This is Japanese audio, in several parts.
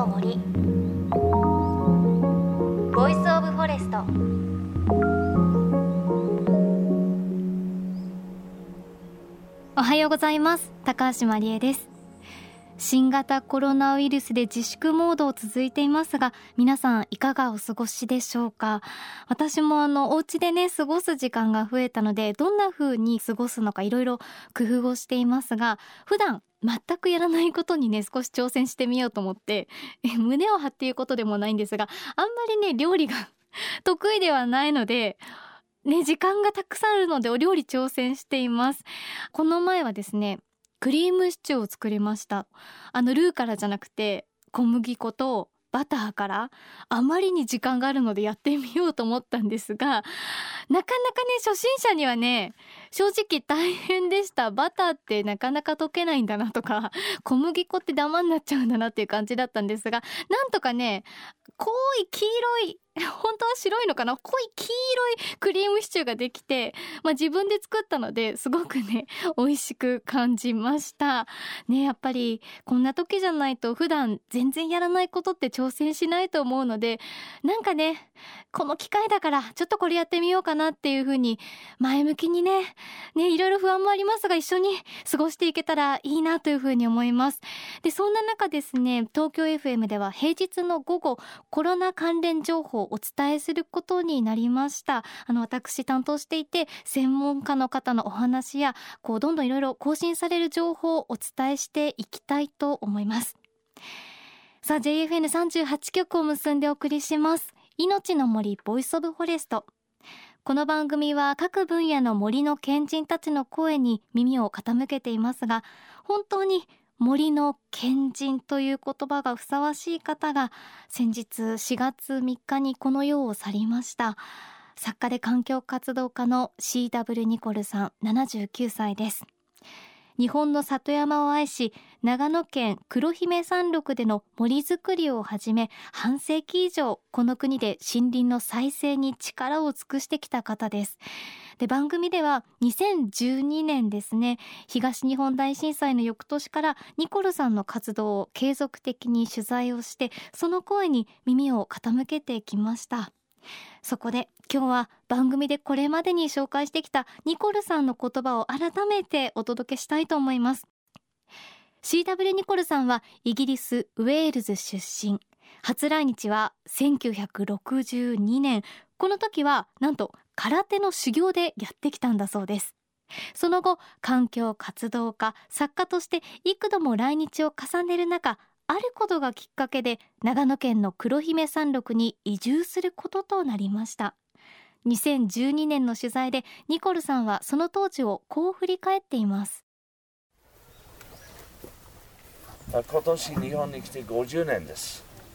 の森ボイスオブフォレスト。おはようございます。高橋真理恵です。新型コロナウイルスで自粛モード続いていますが、皆さんいかがお過ごしでしょうか。私もお家でね過ごす時間が増えたので、どんな風に過ごすのかいろいろ工夫をしていますが、普段全くやらないことにね少し挑戦してみようと思って胸を張っていうことでもないんですが、あんまりね料理が得意ではないので時間がたくさんあるのでお料理挑戦しています。この前はですねクリームシチューを作りました。ルーからじゃなくて小麦粉とバターから。あまりに時間があるのでやってみようと思ったんですが、なかなかね初心者にはね正直大変でした。バターってなかなか溶けないんだなとか、小麦粉ってダマになっちゃうんだなっていう感じだったんですが、なんとかね濃い黄色い本当は白いのかな、濃い黄色いクリームシチューができて、自分で作ったのですごくね美味しく感じましたね。やっぱりこんな時じゃないと普段全然やらないことって挑戦しないと思うので、なんかねこの機会だからちょっとこれやってみようかなっていう風に前向きにねいろいろ不安もありますが一緒に過ごしていけたらいいなという風に思います。でそんな中ですね、東京 FM では平日の午後コロナ関連情報をお伝えすることになりました。私担当していて専門家の方のお話やどんどんいろいろ更新される情報をお伝えしていきたいと思います。さあ JFN38 局を結んでお送りします命の森ボイスオブフォレスト。この番組は各分野の森の賢人たちの声に耳を傾けていますが、本当に森の賢人という言葉がふさわしい方が先日4月3日にこの世を去りました。作家で環境活動家の C.W. ニコルさん79歳です。日本の里山を愛し、長野県黒姫山麓での森づくりをはじめ半世紀以上この国で森林の再生に力を尽くしてきた方です。で番組では2012年ですね、東日本大震災の翌年からニコルさんの活動を継続的に取材をして、その声に耳を傾けてきました。そこで今日は番組でこれまでに紹介してきたニコルさんの言葉を改めてお届けしたいと思います。 C.W. ニコルさんはイギリスウェールズ出身。初来日は1962年。この時はなんと空手の修行でやってきたんだそうです。その後環境活動家作家として幾度も来日を重ねる中、あることがきっかけで長野県の黒姫山麓に移住することとなりました。2012年の取材でニコルさんはその当時をこう振り返っています。 今年日本に来て50年です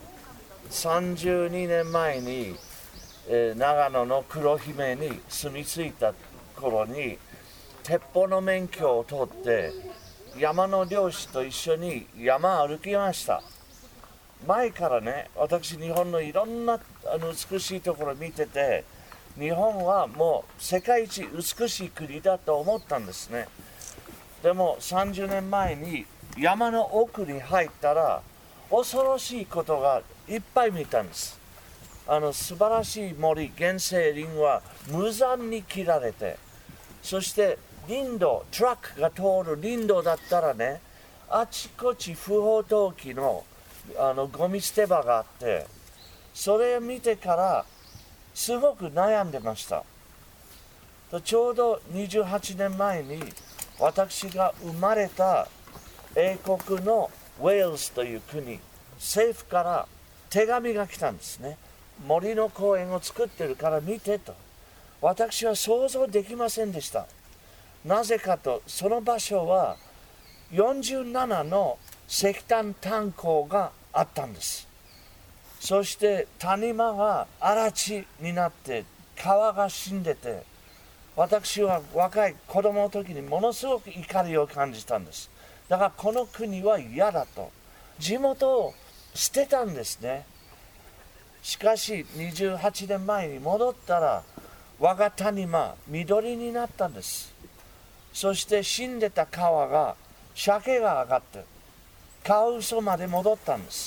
。32年前に、長野の黒姫に住み着いた頃に鉄砲の免許を取って山の猟師と一緒に山を歩きました。前からね、私日本のいろんな美しいところを見てて、日本はもう世界一美しい国だと思ったんですね。でも30年前に山の奥に入ったら恐ろしいことがいっぱい見たんです。素晴らしい森、原生林は無残に切られて、そして林道、トラックが通る林道だったらね、あちこち不法投棄のゴミ捨て場があって、それを見てからすごく悩んでました。ちょうど28年前に私が生まれた英国のウェールズという国、政府から手紙が来たんですね。森の公園を作ってるから見てと。私は想像できませんでした。なぜかと、その場所は47の石炭炭鉱があったんです。そして谷間は荒地になって川が死んでて、私は若い子供の時にものすごく怒りを感じたんです。だからこの国は嫌だと地元を捨てたんですね。しかし28年前に戻ったら我が谷間緑になったんです。そして死んでた川が鮭が上がってカワウソまで戻ったんです。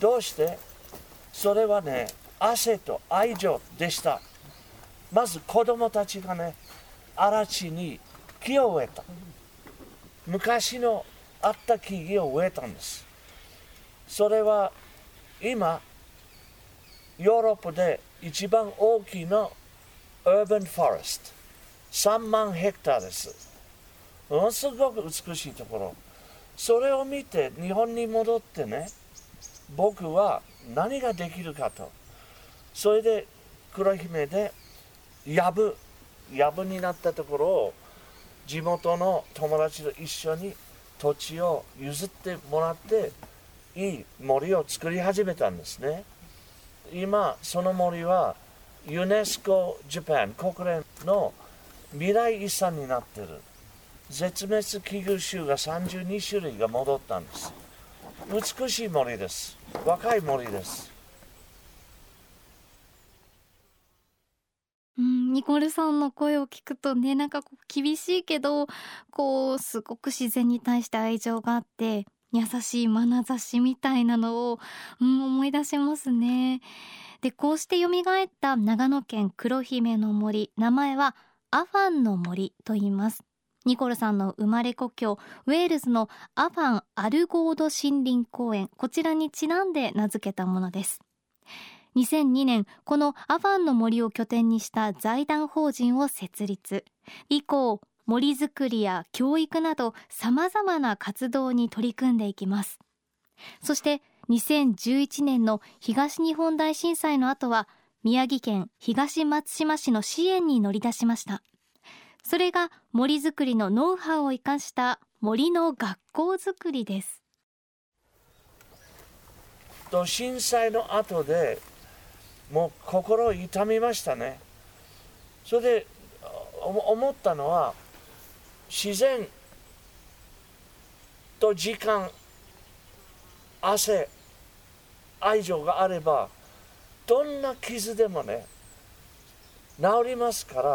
どうして？それはね、汗と愛情でした。まず子供たちがね、荒地に木を植えた。昔のあった木々を植えたんです。それは今ヨーロッパで一番大きなアーバンフォレスト、3万ヘクターです。ものすごく美しいところ。それを見て日本に戻ってね、僕は何ができるかと。それで黒姫でやぶになったところを地元の友達と一緒に土地を譲ってもらっていい森を作り始めたんですね。今その森はユネスコジャパン国連の未来遺産になっている。絶滅危惧種が32種類が戻ったんです。美しい森です。若い森です。 ニコルさんの声を聞くとね、なんかこう厳しいけどすごく自然に対して愛情があって優しい眼差しみたいなのを、思い出しますね。でこうして蘇った長野県黒姫の森、名前はアファンの森と言います。ニコルさんの生まれ故郷ウェールズのアファン・アルゴード森林公園、こちらにちなんで名付けたものです。2002年、このアファンの森を拠点にした財団法人を設立。以降、森づくりや教育など様々な活動に取り組んでいきます。そして2011年の東日本大震災の後は宮城県東松島市の支援に乗り出しました。それが森づくりのノウハウを生かした森の学校づくりです。 震災の後でもう心痛みましたね。それで思ったのは、自然と時間、汗、愛情があればどんな傷でもね治りますから、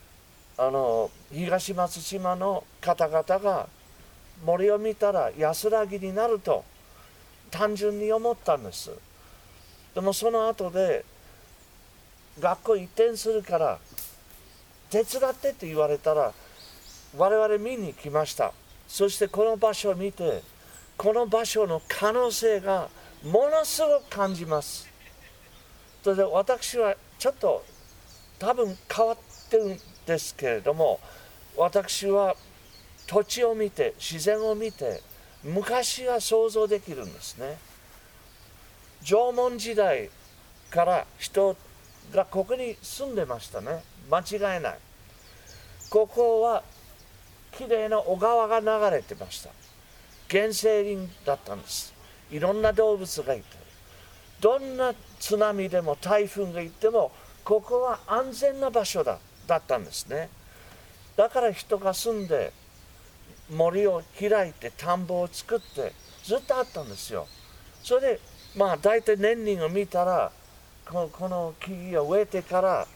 東松島の方々が森を見たら安らぎになると単純に思ったんです。でもその後で学校移転するから手伝ってって言われたら我々見に来ました。そしてこの場所を見て、この場所の可能性がものすごく感じます。それで私はちょっと多分変わってるんですけれども、私は土地を見て自然を見て昔は想像できるんですね。縄文時代から人がここに住んでましたね。間違いない。ここはきれいな小川が流れてました。原生林だったんです。いろんな動物がいて、どんな津波でも台風がいってもここは安全な場所だったんですね。だから人が住んで森を開いて田んぼを作ってずっとあったんですよ。それで大体年輪を見たらこの木々を植えてから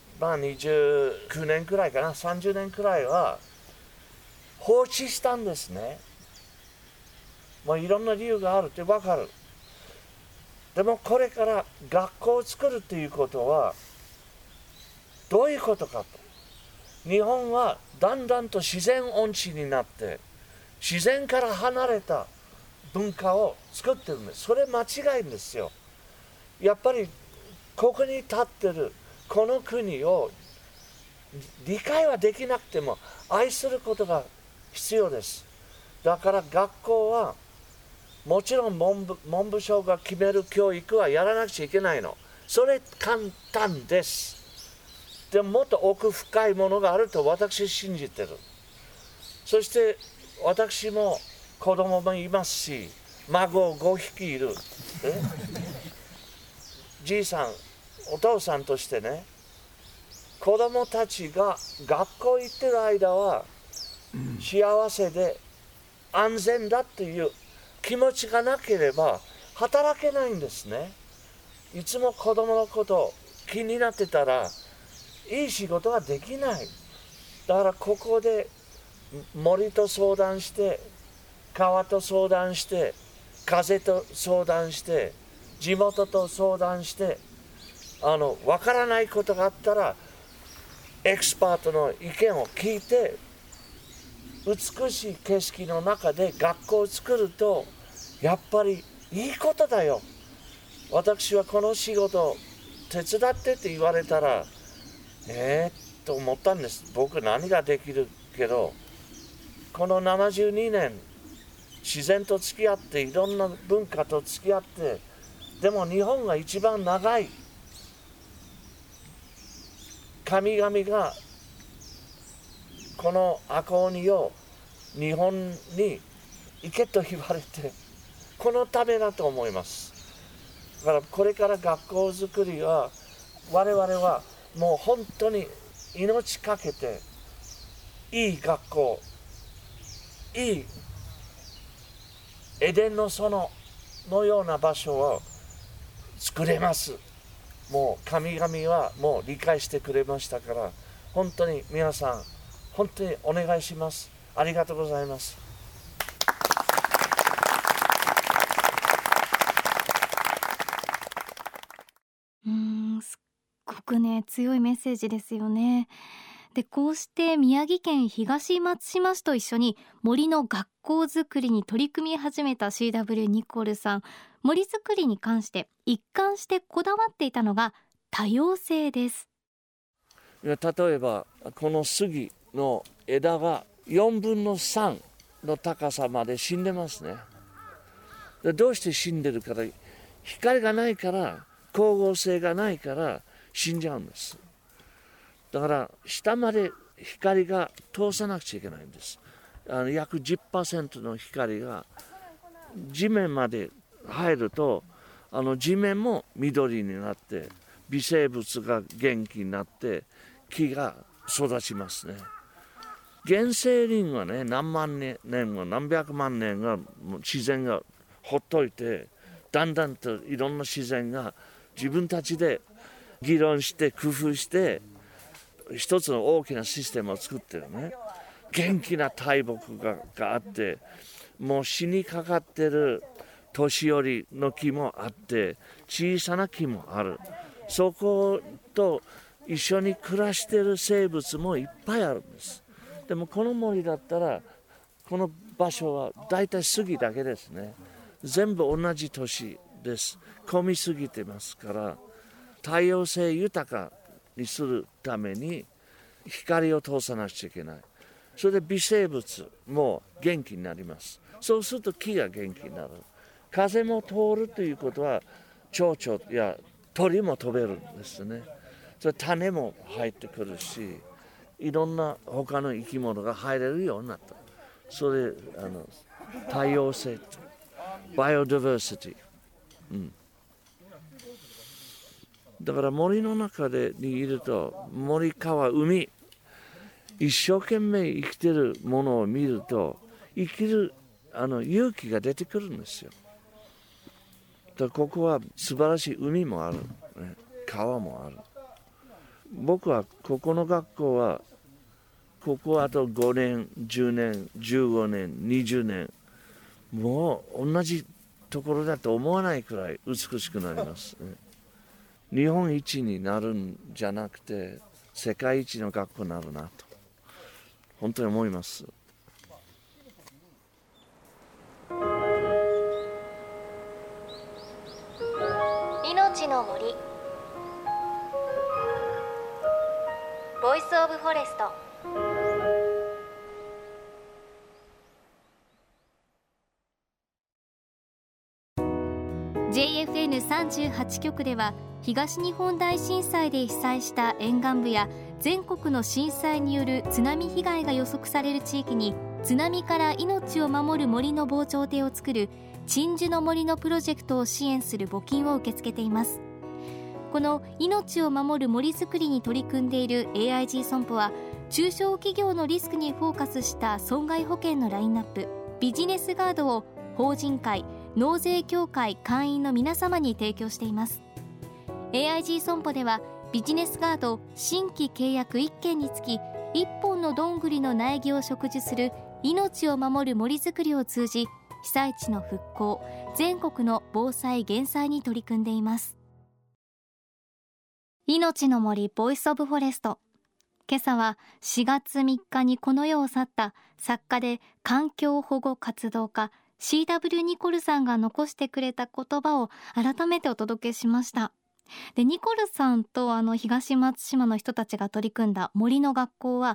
29年くらいかな、30年くらいは放置したんですね。いろんな理由があるって分かる。でもこれから学校を作るっていうことはどういうことかと。日本はだんだんと自然音痴になって自然から離れた文化を作ってるんです。それ間違いんですよ。やっぱりここに立ってるこの国を理解はできなくても愛することが必要です。だから学校はもちろん文部省が決める教育はやらなくちゃいけないの。それ簡単です。でももっと奥深いものがあると私信じてる。そして私も子供もいますし、孫5匹いる。じいさん、お父さんとしてね、子供たちが学校行ってる間は幸せで安全だっていう気持ちがなければ働けないんですね。いつも子供のこと気になってたらいい仕事ができない。だからここで森と相談して、川と相談して、風と相談して、 地元と相談して、わからないことがあったらエキスパートの意見を聞いて、美しい景色の中で学校を作るとやっぱりいいことだよ。私はこの仕事手伝ってって言われたらと思ったんです。僕何ができるけど、この72年自然と付き合って、いろんな文化と付き合って、でも日本が一番長い。神々がこの赤鬼を日本に行けと言われて、このためだと思います。だからこれから学校づくりは、我々はもう本当に命かけて、いい学校、いいエデンの園のような場所を作れます。もう神々はもう理解してくれましたから、本当に皆さん本当にお願いします。ありがとうございます。 すっごくね、強いメッセージですよね。で、こうして宮城県東松島市と一緒に森の学校づくりに取り組み始めた CW ニコルさん、森づくりに関して一貫してこだわっていたのが多様性です。 例えばこの杉の枝が4分の3の高さまで死んでますね。で、どうして死んでるから、光がないから、光合成がないから死んじゃうんです。だから下まで光が通さなくちゃいけないんです。約 10% の光が地面まで入ると、地面も緑になって微生物が元気になって木が育ちますね。原生林はね、何万年も何百万年が自然がほっといて、だんだんといろんな自然が自分たちで議論して工夫して一つの大きなシステムを作ってるね。元気な大木があって、もう死にかかってる年寄りの木もあって、小さな木もある。そこと一緒に暮らしてる生物もいっぱいあるんです。でもこの森だったら、この場所はだいたい杉だけですね。全部同じ年です。混みすぎてますから、多様性豊かにするために光を通さなくちゃいけない。それで微生物も元気になります。そうすると木が元気になる。風も通るということは、蝶々や鳥も飛べるんですね。それ種も入ってくるし、いろんな他の生き物が入れるようになった。それ多様性、バイオダイバーシティ、だから森の中にいると、森、川、海、一生懸命生きてるものを見ると、生きる勇気が出てくるんですよ。だからここは素晴らしい海もある、ね、川もある。僕はここの学校は、ここあと5年、10年、15年、20年、もう同じところだと思わないくらい美しくなりますね。日本一になるんじゃなくて、世界一の学校になるなと本当に思います。 命の森、ボイスオブフォレスト。JFN38 局では、東日本大震災で被災した沿岸部や全国の震災による津波被害が予測される地域に、津波から命を守る森の防潮堤を作る鎮守の森のプロジェクトを支援する募金を受け付けています。この命を守る森づくりに取り組んでいる AIG 損保は、中小企業のリスクにフォーカスした損害保険のラインナップ、ビジネスガードを法人会、納税協会会員の皆様に提供しています。 AIG 損保では、ビジネスガード新規契約1件につき1本のどんぐりの苗木を植樹する命を守る森づくりを通じ、 被災地の復興、全国の防災減災に取り組んでいます。命の森ボイスオブフォレスト。今朝は4月3日にこの世を去った作家で環境保護活動家 C.W. ニコルさんが残してくれた言葉を改めてお届けしました。で、ニコルさんと東松島の人たちが取り組んだ森の学校は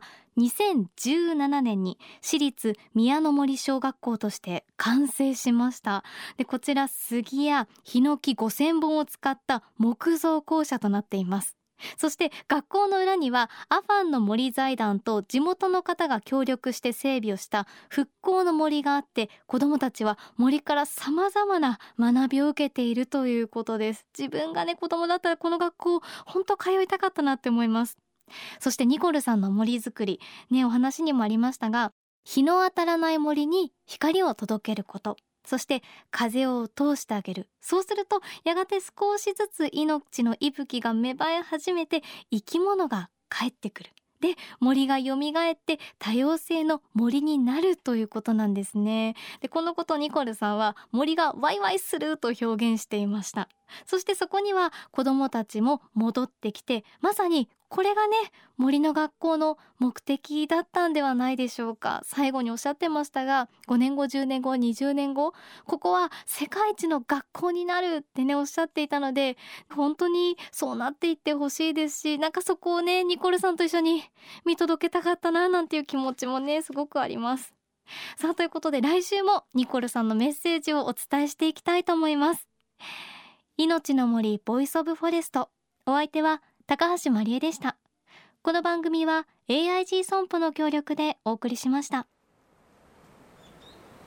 2017年に私立宮の森小学校として完成しました。で、こちら杉やヒノキ5000本を使った木造校舎となっています。そして学校の裏にはアファンの森財団と地元の方が協力して整備をした復興の森があって、子どもたちは森から様々な学びを受けているということです。自分がね、子どもだったらこの学校本当通いたかったなって思います。そしてニコルさんの森づくりね、お話にもありましたが、日の当たらない森に光を届けること、そして風を通してあげる。そうするとやがて少しずつ命の息吹が芽生え始めて生き物が帰ってくる。で、森が蘇って多様性の森になるということなんですね。で、このことニコルさんは森がワイワイすると表現していました。そしてそこには子どもたちも戻ってきて、まさにこれがね、森の学校の目的だったんではないでしょうか。最後におっしゃってましたが、5年後、10年後、20年後、ここは世界一の学校になるってね、おっしゃっていたので、本当にそうなっていってほしいですし、なんかそこをね、ニコルさんと一緒に見届けたかったな、なんていう気持ちもね、すごくあります。さあ、ということで来週もニコルさんのメッセージをお伝えしていきたいと思います。命の森ボイスオブフォレスト。お相手は高橋まりえでした。この番組は AIG 損保の協力でお送りしました。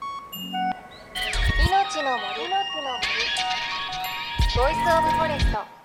命の森ボイスオブフォレスト。